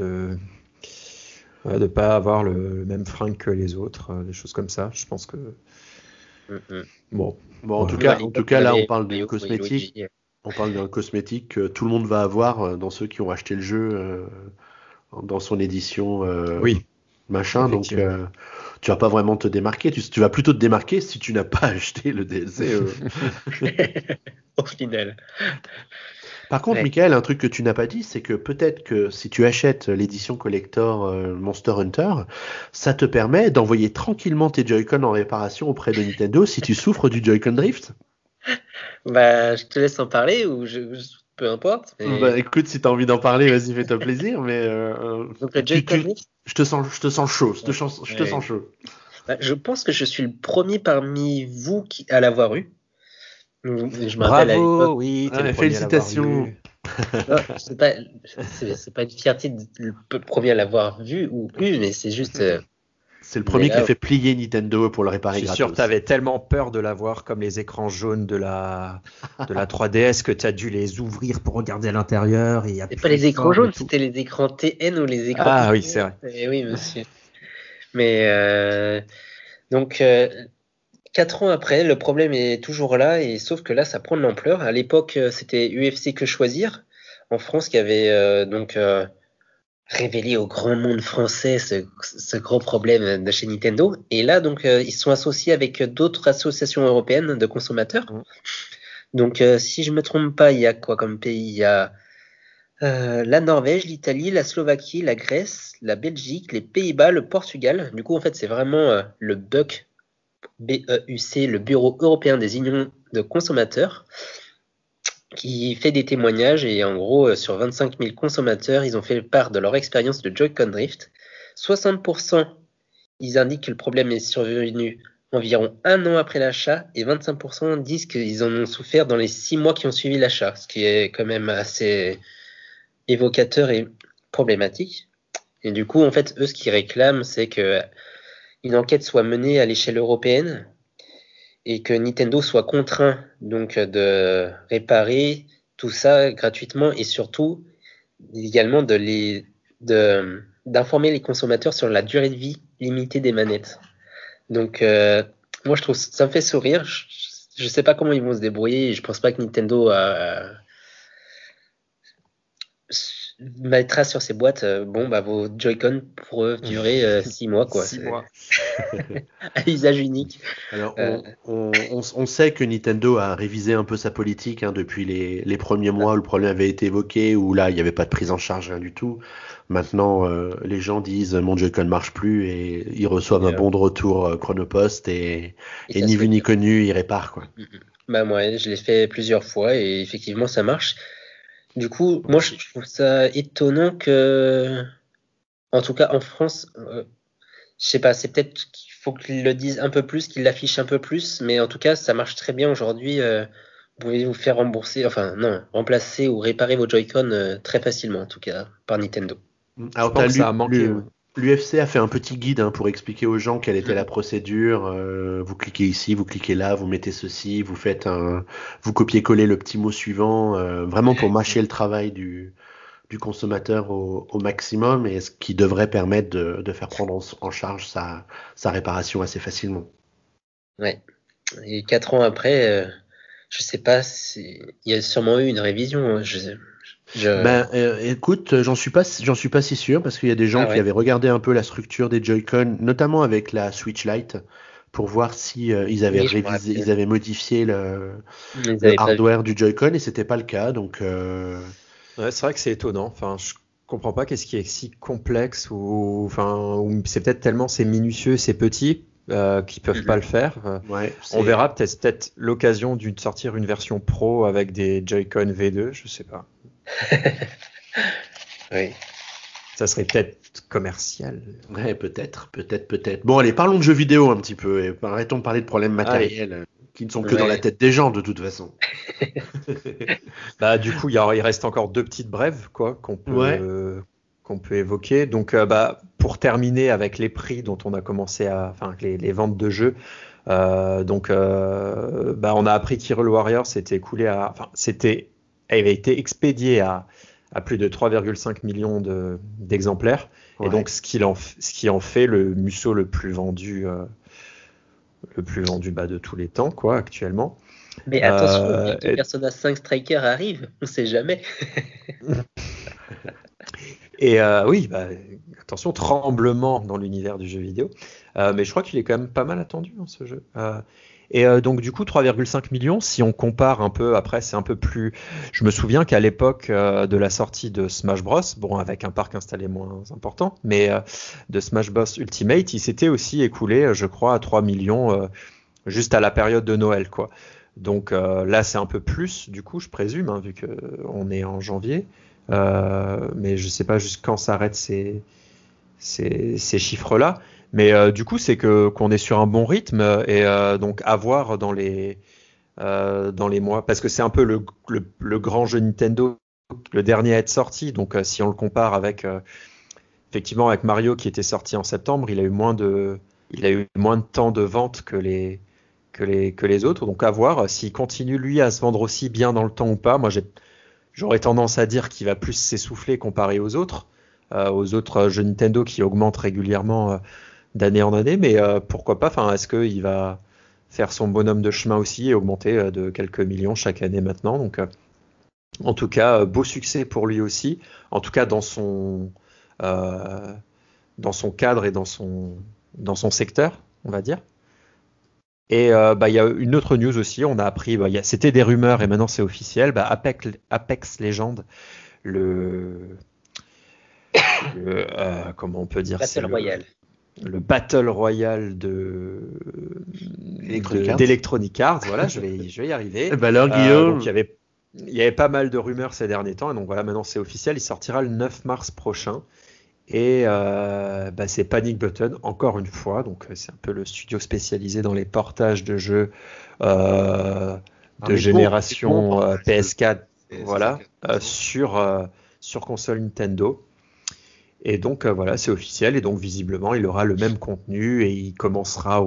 de pas avoir le même fringue que les autres, des choses comme ça. Je pense que bon, Bon, voilà. Nous, à en tout l'époque, cas, on là, on avait parle d'une Mario et cosmétique. Luigi. On parle d'un cosmétique que tout le monde va avoir dans ceux qui ont acheté le jeu dans son édition Oui, machin. Donc, effectivement. tu vas pas vraiment te démarquer. Tu vas plutôt te démarquer si tu n'as pas acheté le DLC. Au final. Par contre, Ouais. Michael, un truc que tu n'as pas dit, c'est que peut-être que si tu achètes l'édition collector Monster Hunter, ça te permet d'envoyer tranquillement tes Joy-Con en réparation auprès de Nintendo si tu souffres du Joy-Con Drift. Bah, je te laisse en parler ou peu importe. Bah Mais... écoute, si t'as envie d'en parler, vas-y, fais-toi plaisir, mais Donc le Joy-Con Drift, je te sens chaud, ouais, je te sens ouais. chaud. Bah, je pense que je suis le premier parmi vous à l'avoir eu. Je me rappelle à l'époque. Bravo, oui, t'es le Ouais, premier à l'avoir félicitations. eu. Non, c'est pas une fierté le premier à l'avoir vu ou eu, mais c'est juste. C'est le On est premier qui a là. fait plier Nintendo pour le Je réparer suis sûr que gratos. t'avais tellement peur de l'avoir comme les écrans jaunes de la 3DS que t'as dû les ouvrir pour regarder à l'intérieur et C'est pas appuyer les écrans fort et jaunes, tout. c'était les écrans TN ou les écrans Ah oui, pixels. c'est vrai. Eh oui, monsieur. Mais donc 4 ans après, le problème est toujours là, et sauf que là, ça prend de l'ampleur. À l'époque, c'était UFC Que Choisir en France qui avait révélé au grand monde français ce gros problème de chez Nintendo. Et là, donc, ils sont associés avec d'autres associations européennes de consommateurs. Mm. Donc, si je me trompe pas, il y a quoi comme pays? Il y a la Norvège, l'Italie, la Slovaquie, la Grèce, la Belgique, les Pays-Bas, le Portugal. Du coup, en fait, c'est vraiment le BUC, BEUC, le Bureau européen des unions de consommateurs, qui fait des témoignages. Et en gros, sur 25 000 consommateurs, ils ont fait part de leur expérience de Joy-Con Drift. 60%, ils indiquent que le problème est survenu environ 1 an après l'achat, et 25% disent qu'ils en ont souffert dans les 6 mois qui ont suivi l'achat, ce qui est quand même assez évocateur et problématique. Et du coup, en fait, eux, ce qu'ils réclament, c'est que une enquête soit menée à l'échelle européenne et que Nintendo soit contraint donc de réparer tout ça gratuitement, et surtout également d'informer les consommateurs sur la durée de vie limitée des manettes. Donc moi je trouve ça me fait sourire. Je sais pas comment ils vont se débrouiller. Je pense pas que Nintendo mettra sur ses boîtes, bon bah vos Joy-Con pourront durer 6 mois, quoi. 6 mois. À usage unique. Alors, Euh, on sait que Nintendo a révisé un peu sa politique depuis les premiers mois où le problème avait été évoqué, où là, il n'y avait pas de prise en charge, rien du tout. Maintenant, les gens disent mon Joy-Con marche plus et ils reçoivent un et, bon de retour Chronopost et et ça ni se fait vu ni bien. connu, ils réparent, quoi. Bah moi je l'ai fait plusieurs fois et effectivement ça marche. Du coup, moi je trouve ça étonnant que, en tout cas en France, je sais pas, c'est peut-être qu'il faut qu'ils le disent un peu plus, qu'ils l'affichent un peu plus, mais en tout cas ça marche très bien aujourd'hui. Vous pouvez vous faire rembourser, enfin non, remplacer ou réparer vos Joy-Con très facilement, en tout cas par Nintendo. Je Alors, pense que ça a manqué. l'UFC a fait un petit guide pour expliquer aux gens quelle était la Mhm. procédure. Vous cliquez ici, vous cliquez là, vous mettez ceci, vous copiez-collez le petit mot suivant, vraiment pour mâcher le travail du consommateur au maximum et ce qui devrait permettre de faire prendre en charge sa réparation assez facilement. Ouais. Et 4 ans après, je sais pas si il y a sûrement eu une révision, hein. Écoute, j'en suis pas si sûr parce qu'il y a des gens qui avaient regardé un peu la structure des Joy-Con, notamment avec la Switch Lite, pour voir si ils avaient révisé, ils avaient modifié le hardware du Joy-Con et c'était pas le cas. Donc, ouais, c'est vrai que c'est étonnant. Enfin, je comprends pas qu'est-ce qui est si complexe ou c'est peut-être tellement c'est minutieux, c'est petit qu'ils peuvent pas le faire. Ouais, on verra peut-être l'occasion de sortir une version pro avec des Joy-Con V2, je sais pas. Oui. Ça serait peut-être commercial. Ouais, peut-être. Bon, allez, parlons de jeux vidéo un petit peu et arrêtons de parler de problèmes matériels qui ne sont que dans la tête des gens de toute façon. Bah, du coup, il reste encore 2 petites brèves quoi qu'on peut évoquer. Donc, pour terminer avec les prix dont on a commencé les ventes de jeux. On a appris qu'Hyrule Warriors avait été expédié à plus de 3,5 millions d'exemplaires. Ouais. Et donc, ce qui en fait le Musso le plus vendu de tous les temps, quoi, actuellement. Mais attention, Persona 5 Striker arrive, on sait jamais. Et oui, attention, tremblement dans l'univers du jeu vidéo. Mais je crois qu'il est quand même pas mal attendu, ce jeu. Donc du coup 3,5 millions, si on compare un peu, après c'est un peu plus... Je me souviens qu'à l'époque de la sortie de Smash Bros, bon avec un parc installé moins important, mais de Smash Bros Ultimate, il s'était aussi écoulé, je crois, à 3 millions juste à la période de Noël, quoi. Donc là c'est un peu plus, du coup je présume, vu qu'on est en janvier, mais je sais pas jusqu'à quand s'arrêtent ces chiffres-là. Mais du coup, c'est qu'on est sur un bon rythme et donc à voir dans les mois, parce que c'est un peu le grand jeu Nintendo, le dernier à être sorti. Donc si on le compare avec effectivement avec Mario qui était sorti en septembre, il a eu moins de temps de vente que les autres. Donc à voir s'il continue lui à se vendre aussi bien dans le temps ou pas. Moi, j'aurais tendance à dire qu'il va plus s'essouffler comparé aux autres jeux Nintendo qui augmentent régulièrement d'année en année, mais pourquoi pas, est-ce qu'il va faire son bonhomme de chemin aussi et augmenter de quelques millions chaque année maintenant. Donc en tout cas, beau succès pour lui aussi, en tout cas dans son cadre et dans son secteur, on va dire. Et il y a une autre news aussi, on a appris, c'était des rumeurs et maintenant c'est officiel, Apex Legends, comment on peut dire, Battle Royale. Le Battle Royale d'Electronic Arts, voilà, je vais y arriver. Alors, Guillaume, donc il y avait pas mal de rumeurs ces derniers temps, et donc voilà, maintenant c'est officiel, il sortira le 9 mars prochain. Et c'est Panic Button, encore une fois, donc c'est un peu le studio spécialisé dans les portages de jeux de génération PS4, voilà, sur console Nintendo. Et donc voilà, c'est officiel, et donc visiblement il aura le même contenu et il commencera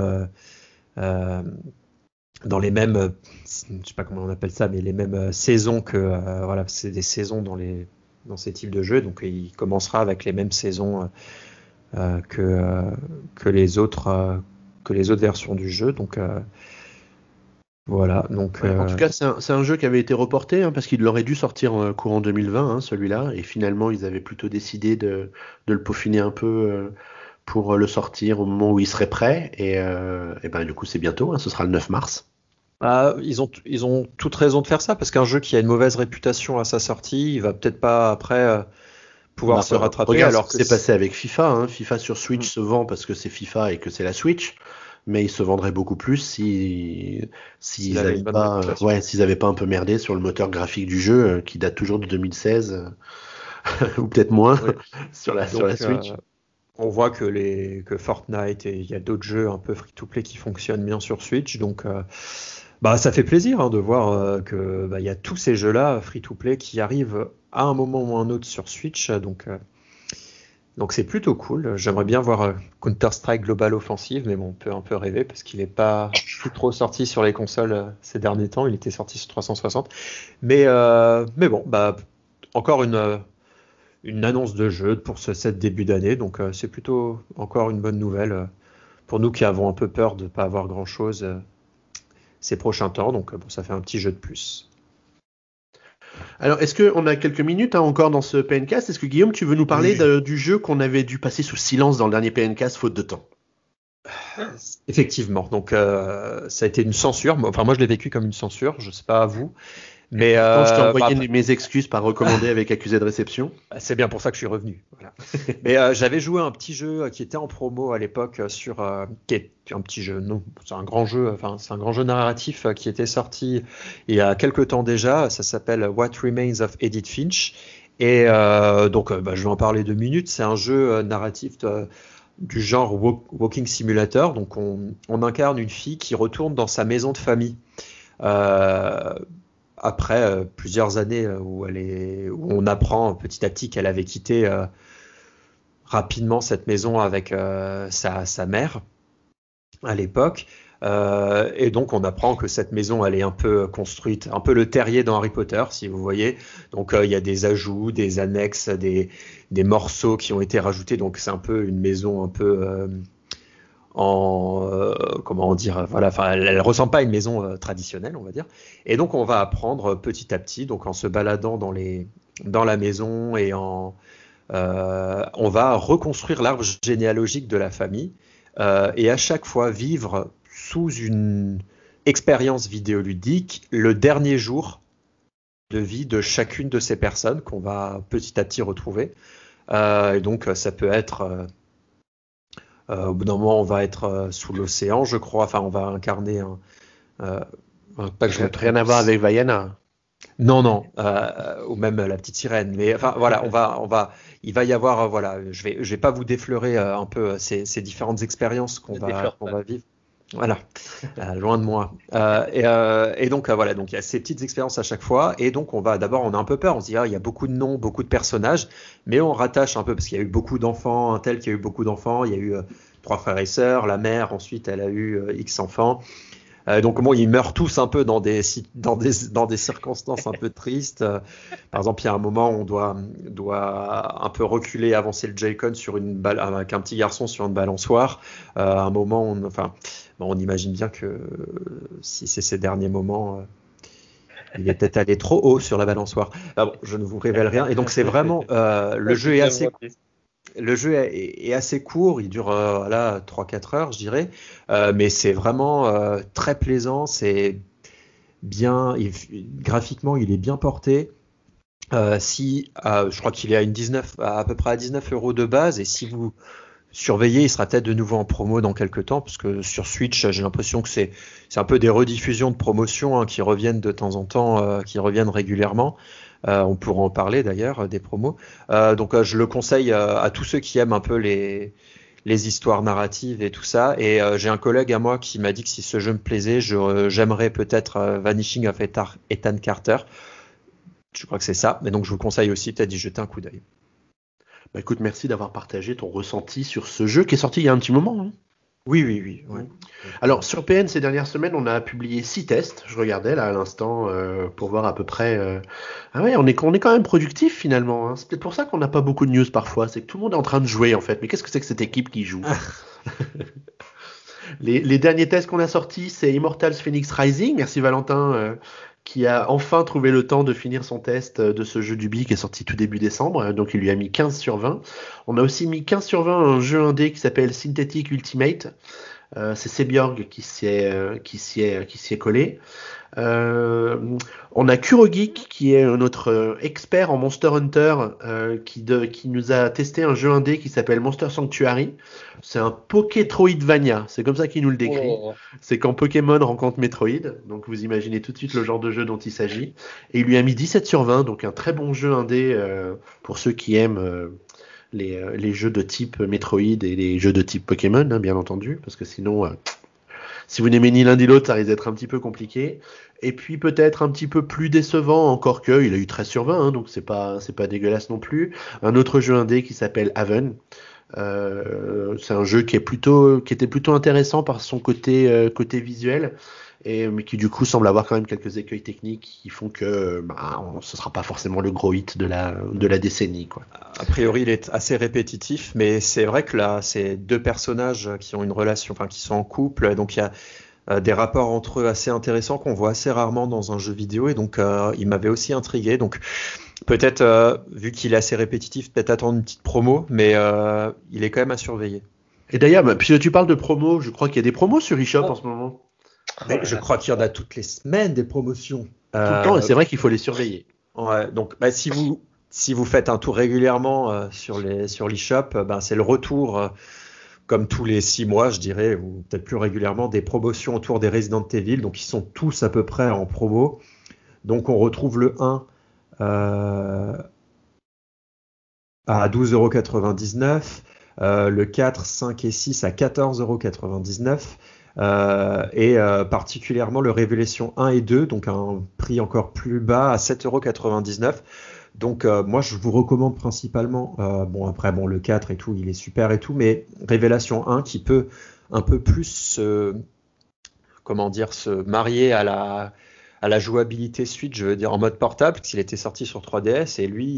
dans les mêmes, je sais pas comment on appelle ça, mais les mêmes saisons que voilà, c'est des saisons dans ces types de jeux, donc il commencera avec les mêmes saisons que les autres versions du jeu, donc voilà. Donc en tout cas, c'est un jeu qui avait été reporté parce qu'il aurait dû sortir courant 2020, celui-là, et finalement ils avaient plutôt décidé de le peaufiner un peu pour le sortir au moment où il serait prêt, et du coup c'est bientôt, ce sera le 9 mars. Ils ont toute raison de faire ça, parce qu'un jeu qui a une mauvaise réputation à sa sortie, il va peut-être pas après pouvoir se rattraper. Regarde alors ce qui s'est passé avec FIFA. FIFA sur Switch se vend parce que c'est FIFA et que c'est la Switch, mais il se vendrait beaucoup plus s'ils n'avaient pas un peu merdé sur le moteur graphique du jeu qui date toujours de 2016 ou peut-être moins sur la Switch. On voit que Fortnite et il y a d'autres jeux un peu free-to-play qui fonctionnent bien sur Switch, donc ça fait plaisir de voir que y a tous ces jeux-là free-to-play qui arrivent à un moment ou un autre sur Switch, donc c'est plutôt cool. J'aimerais bien voir Counter-Strike Global Offensive, mais bon, on peut un peu rêver parce qu'il n'est pas plus trop sorti sur les consoles ces derniers temps. Il était sorti sur 360, mais bon, encore une annonce de jeu pour ce début d'année, donc c'est plutôt encore une bonne nouvelle pour nous qui avons un peu peur de ne pas avoir grand-chose ces prochains temps, donc ça fait un petit jeu de plus. Alors, est-ce qu'on a quelques minutes encore dans ce PNcast? Est-ce que Guillaume, tu veux nous parler du jeu qu'on avait dû passer sous silence dans le dernier PNcast faute de temps? Effectivement, donc ça a été une censure. Enfin, moi je l'ai vécu comme une censure, je sais pas à vous. Mais Quand je t'ai envoyé mes excuses par recommandé avec accusé de réception. C'est bien pour ça que je suis revenu. Voilà. Mais j'avais joué à un petit jeu qui était en promo à l'époque qui est un petit jeu, non, c'est un grand jeu, enfin c'est un grand jeu narratif qui était sorti il y a quelques temps déjà. Ça s'appelle What Remains of Edith Finch. Et donc je vais en parler 2 minutes. C'est un jeu narratif du genre Walking Simulator. Donc on incarne une fille qui retourne dans sa maison de famille. Après plusieurs années où on apprend petit à petit qu'elle avait quitté rapidement cette maison avec sa mère à l'époque. Et donc on apprend que cette maison elle est un peu construite, un peu le terrier dans Harry Potter si vous voyez. Donc il y a des ajouts, des annexes, des morceaux qui ont été rajoutés. Donc c'est un peu une maison un peu comment dire, voilà, enfin elle ressemble pas à une maison traditionnelle, on va dire. Et donc on va apprendre petit à petit, donc en se baladant dans la maison et on va reconstruire l'arbre généalogique de la famille et à chaque fois vivre sous une expérience vidéoludique le dernier jour de vie de chacune de ces personnes qu'on va petit à petit retrouver. Et donc ça peut être au bout d'un moment, on va être sous l'océan, je crois. Enfin, on va incarner pas que je n'ai rien à voir avec Vaiana. Non, ou même la petite sirène. Mais enfin, voilà, il va y avoir, voilà, je vais pas vous défleurer un peu ces différentes expériences qu'on va vivre. Voilà, loin de moi. Et donc voilà, donc il y a ces petites expériences à chaque fois, et donc on a un peu peur, on se dit il y a beaucoup de noms, beaucoup de personnages, mais on rattache un peu parce qu'il y a eu beaucoup d'enfants, un tel qui a eu beaucoup d'enfants, il y a eu 3 frères et sœurs, la mère ensuite elle a eu X enfants. Donc bon, ils meurent tous un peu dans des circonstances un peu tristes. Par exemple, il y a un moment où on doit un peu reculer, avancer le Joy-Con sur une balle avec un petit garçon sur une balançoire. À un moment, on imagine bien que si c'est ces derniers moments, il est peut-être allé trop haut sur la balançoire. Ah bon, je ne vous révèle rien. Et donc c'est vraiment le jeu est assez. Le jeu est assez court, il dure 3-4 heures, je dirais, mais c'est vraiment très plaisant, c'est bien, graphiquement il est bien porté. Je crois qu'il est à peu près à 19 € de base, et si vous surveillez, il sera peut-être de nouveau en promo dans quelques temps, parce que sur Switch, j'ai l'impression que c'est un peu des rediffusions de promotions qui reviennent de temps en temps, qui reviennent régulièrement. On pourra en parler d'ailleurs des promos. Donc je le conseille à tous ceux qui aiment un peu les histoires narratives et tout ça. Et j'ai un collègue à moi qui m'a dit que si ce jeu me plaisait, j'aimerais peut-être Vanishing of Ethan Carter. Je crois que c'est ça. Mais donc je vous conseille aussi peut-être d'y jeter un coup d'œil. Bah écoute, merci d'avoir partagé ton ressenti sur ce jeu qui est sorti il y a un petit moment. Hein. Oui. Ouais. Alors sur PN ces dernières semaines, on a publié 6 tests. Je regardais là à l'instant pour voir à peu près. Ah ouais, on est quand même productif finalement. Hein. C'est peut-être pour ça qu'on n'a pas beaucoup de news parfois. C'est que tout le monde est en train de jouer en fait. Mais qu'est-ce que c'est que cette équipe qui joue? Les derniers tests qu'on a sortis, c'est Immortals Phoenix Rising. Merci Valentin qui a enfin trouvé le temps de finir son test de ce jeu d'Ubi qui est sorti tout début décembre. Donc il lui a mis 15 sur 20. On a aussi mis 15 sur 20 un jeu indé qui s'appelle Synthetic Ultimate. C'est Sebiorg qui s'y est collé. On a KuroGeek qui est notre expert en Monster Hunter qui nous a testé un jeu indé qui s'appelle Monster Sanctuary. C'est un Pokétroidvania, c'est comme ça qu'il nous le décrit. C'est quand Pokémon rencontre Metroid, donc vous imaginez tout de suite le genre de jeu dont il s'agit. Et il lui a mis 17 sur 20, donc un très bon jeu indé pour ceux qui aiment les jeux de type Metroid et les jeux de type Pokémon, hein, bien entendu, parce que sinon, si vous n'aimez ni l'un ni l'autre, ça risque d'être un petit peu compliqué. Et puis peut-être un petit peu plus décevant, encore que, il a eu 13 sur 20, hein, donc c'est pas dégueulasse non plus. Un autre jeu indé qui s'appelle Haven. C'est un jeu qui était plutôt intéressant par son côté visuel, mais qui du coup semble avoir quand même quelques écueils techniques qui font que ce sera pas forcément le gros hit de la décennie, quoi. A priori, il est assez répétitif, mais c'est vrai que là, c'est 2 personnages qui ont une relation, enfin qui sont en couple, donc il y a des rapports entre eux assez intéressants qu'on voit assez rarement dans un jeu vidéo, et donc il m'avait aussi intrigué. Donc peut-être, vu qu'il est assez répétitif, peut-être attendre une petite promo, mais il est quand même à surveiller. Et d'ailleurs, puisque tu parles de promos, je crois qu'il y a des promos sur eShop en ce moment. Mais je crois qu'il y en a toutes les semaines des promotions. Tout le temps, et c'est vrai qu'il faut les surveiller. Ouais, donc si vous faites un tour régulièrement sur l'eShop, c'est le retour, comme tous les 6 mois, je dirais, ou peut-être plus régulièrement, des promotions autour des Resident Evil. Donc ils sont tous à peu près en promo. Donc on retrouve le 1 à 12,99 €, le 4, 5 et 6 à 14,99 €, et particulièrement le Révélation 1 et 2, donc à un prix encore plus bas à 7,99 €. Donc moi je vous recommande principalement, le 4 et tout, il est super et tout, mais Révélation 1 qui peut un peu plus se marier à la jouabilité Switch, je veux dire en mode portable, parce qu'il était sorti sur 3DS, et lui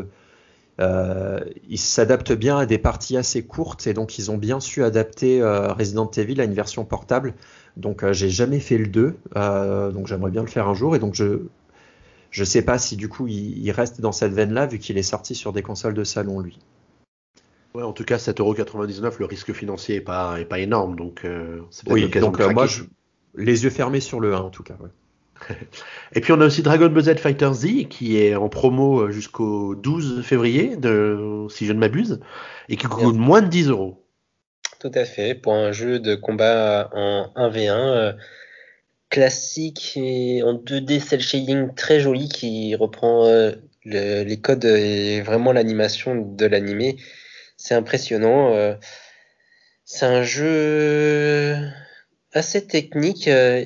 il s'adapte bien à des parties assez courtes, et donc ils ont bien su adapter Resident Evil à une version portable. Donc j'ai jamais fait le 2, donc j'aimerais bien le faire un jour, et donc je sais pas si du coup il reste dans cette veine-là, vu qu'il est sorti sur des consoles de salon, lui. Ouais, en tout cas, 7,99 €, le risque financier est pas énorme, donc c'est peut-être Oui, l'occasion donc de craquer. moi les yeux fermés sur le 1 en tout cas. Ouais. Et puis on a aussi Dragon Ball Z Fighter Z qui est en promo jusqu'au 12 février, si je ne m'abuse, et qui coûte moins de 10 €. Tout à fait, pour un jeu de combat en 1v1 classique et en 2D cel shading très joli qui reprend les codes et vraiment l'animation de l'animé. C'est impressionnant. C'est un jeu assez technique,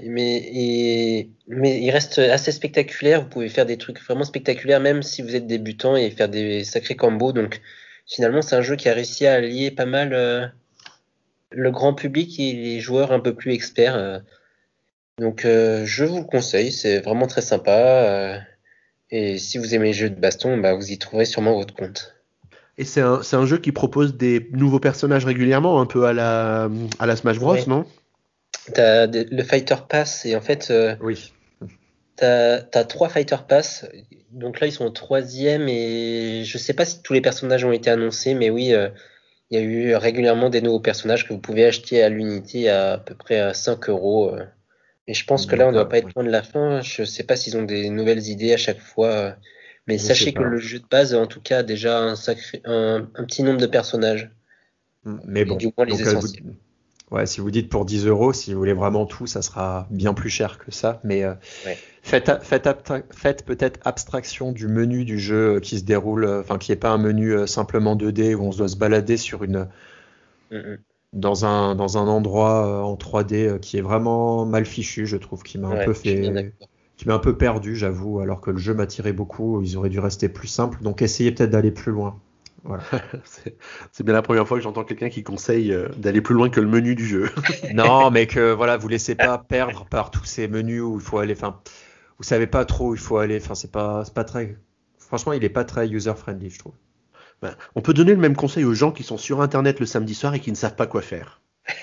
mais il reste assez spectaculaire. Vous pouvez faire des trucs vraiment spectaculaires, même si vous êtes débutant, et faire des sacrés combos. Donc, finalement, c'est un jeu qui a réussi à allier pas mal le grand public et les joueurs un peu plus experts. Donc, je vous le conseille. C'est vraiment très sympa. Et si vous aimez les jeux de baston, vous y trouverez sûrement votre compte. Et c'est un jeu qui propose des nouveaux personnages régulièrement, un peu à la Smash Bros, Ouais. non? T'as le Fighter Pass, et en fait, Oui. t'as 3 Fighter Pass. Donc là, ils sont au 3e, et je sais pas si tous les personnages ont été annoncés, mais oui, il y a eu régulièrement des nouveaux personnages que vous pouvez acheter à l'unité à peu près à 5 €. Et je pense que là, on ne doit pas être loin de la fin. Je sais pas s'ils ont des nouvelles idées à chaque fois. Mais Je sachez sais que pas. le jeu de base, en tout cas, a déjà un petit nombre de personnages. Mais Et bon, du moins les donc essentiels. si vous dites pour 10 €, si vous voulez vraiment tout, ça sera bien plus cher que ça. Mais Ouais. faites peut-être abstraction du menu du jeu qui se déroule, qui n'est pas un menu simplement 2D où on se doit se balader Mhm. dans un endroit en 3D qui est vraiment mal fichu, je trouve, qui m'a un Ouais, peu je suis bien d'accord. qui m'a un peu perdu, j'avoue, alors que le jeu m'attirait beaucoup. Ils auraient dû rester plus simples, donc essayez peut-être d'aller plus loin. Voilà. C'est bien la première fois que j'entends quelqu'un qui conseille d'aller plus loin que le menu du jeu. Non, mais que voilà, vous laissez pas perdre par tous ces menus où il faut aller. Enfin, vous savez pas trop où il faut aller. Enfin, c'est pas très. Franchement, il est pas très user-friendly, je trouve. On peut donner le même conseil aux gens qui sont sur Internet le samedi soir et qui ne savent pas quoi faire.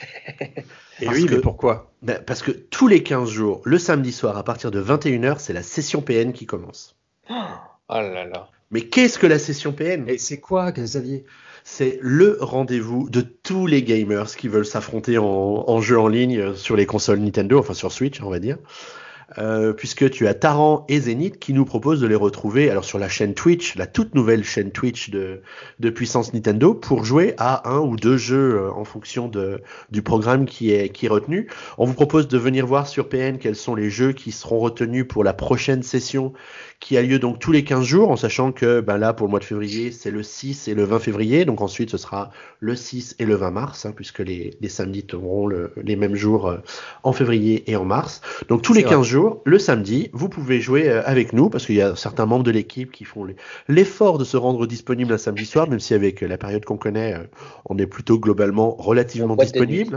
Et oui, mais pourquoi? Parce que tous les 15 jours, le samedi soir, à partir de 21 h, c'est la session PN qui commence. Oh là là. Mais qu'est-ce que la session PN? Et c'est quoi, Xavier? C'est le rendez-vous de tous les gamers qui veulent s'affronter en jeu en ligne sur les consoles Nintendo, enfin sur Switch, on va dire. Puisque tu as Taran et Zenith qui nous proposent de les retrouver alors sur la chaîne Twitch, la toute nouvelle chaîne Twitch de puissance Nintendo, pour jouer à 1 ou 2 jeux en fonction du programme qui est retenu. On vous propose de venir voir sur PN quels sont les jeux qui seront retenus pour la prochaine session qui a lieu donc tous les 15 jours, en sachant que là pour le mois de février c'est le 6 et le 20 février, donc ensuite ce sera le 6 et le 20 mars, puisque les samedis auront les mêmes jours en février et en mars. Donc tous les 15 jours, le samedi, vous pouvez jouer avec nous, parce qu'il y a certains membres de l'équipe qui font l'effort de se rendre disponible un samedi soir, même si avec la période qu'on connaît, on est plutôt globalement relativement disponible.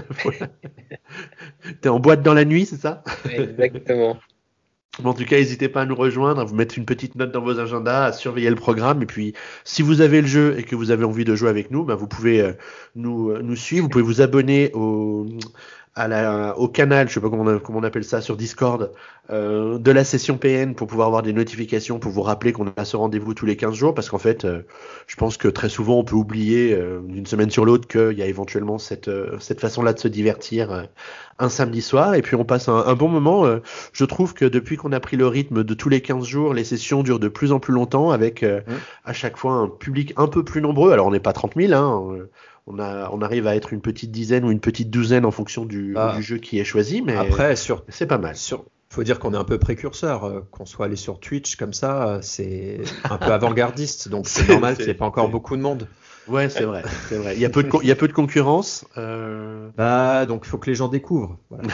T'es en boîte dans la nuit, c'est ça? Exactement. En tout cas, n'hésitez pas à nous rejoindre, à vous mettre une petite note dans vos agendas, à surveiller le programme. Et puis, si vous avez le jeu et que vous avez envie de jouer avec nous, vous pouvez nous suivre. Vous pouvez vous abonner au canal, je sais pas comment on appelle ça, sur Discord, de la session PN pour pouvoir avoir des notifications, pour vous rappeler qu'on a ce rendez-vous tous les 15 jours, parce qu'en fait, je pense que très souvent on peut oublier d'une semaine sur l'autre qu'il y a éventuellement cette façon-là de se divertir un samedi soir, et puis on passe un bon moment. Je trouve que depuis qu'on a pris le rythme de tous les 15 jours, les sessions durent de plus en plus longtemps, avec à chaque fois un public un peu plus nombreux. Alors on n'est pas 30 000, hein, on arrive à être une petite dizaine ou une petite douzaine en fonction du jeu qui est choisi, mais après, c'est pas mal. Faut dire qu'on est un peu précurseur, qu'on soit allé sur Twitch comme ça, c'est un peu avant-gardiste, donc c'est normal qu'il n'y ait pas encore beaucoup de monde. Ouais, c'est vrai. Il y a peu de concurrence. Donc il faut que les gens découvrent. Voilà.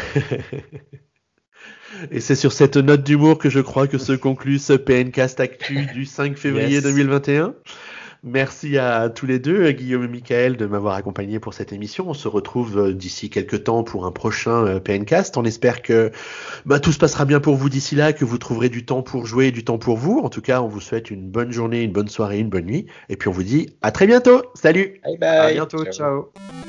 Et c'est sur cette note d'humour que je crois que se conclut ce PNcast Actu du 5 février 2021. Merci à tous les deux, Guillaume et Michael, de m'avoir accompagné pour cette émission. On se retrouve d'ici quelques temps pour un prochain PNcast. On espère que tout se passera bien pour vous d'ici là, que vous trouverez du temps pour jouer et du temps pour vous. En tout cas, on vous souhaite une bonne journée, une bonne soirée, une bonne nuit. Et puis on vous dit à très bientôt. Salut. Bye bye. À bientôt. Ciao.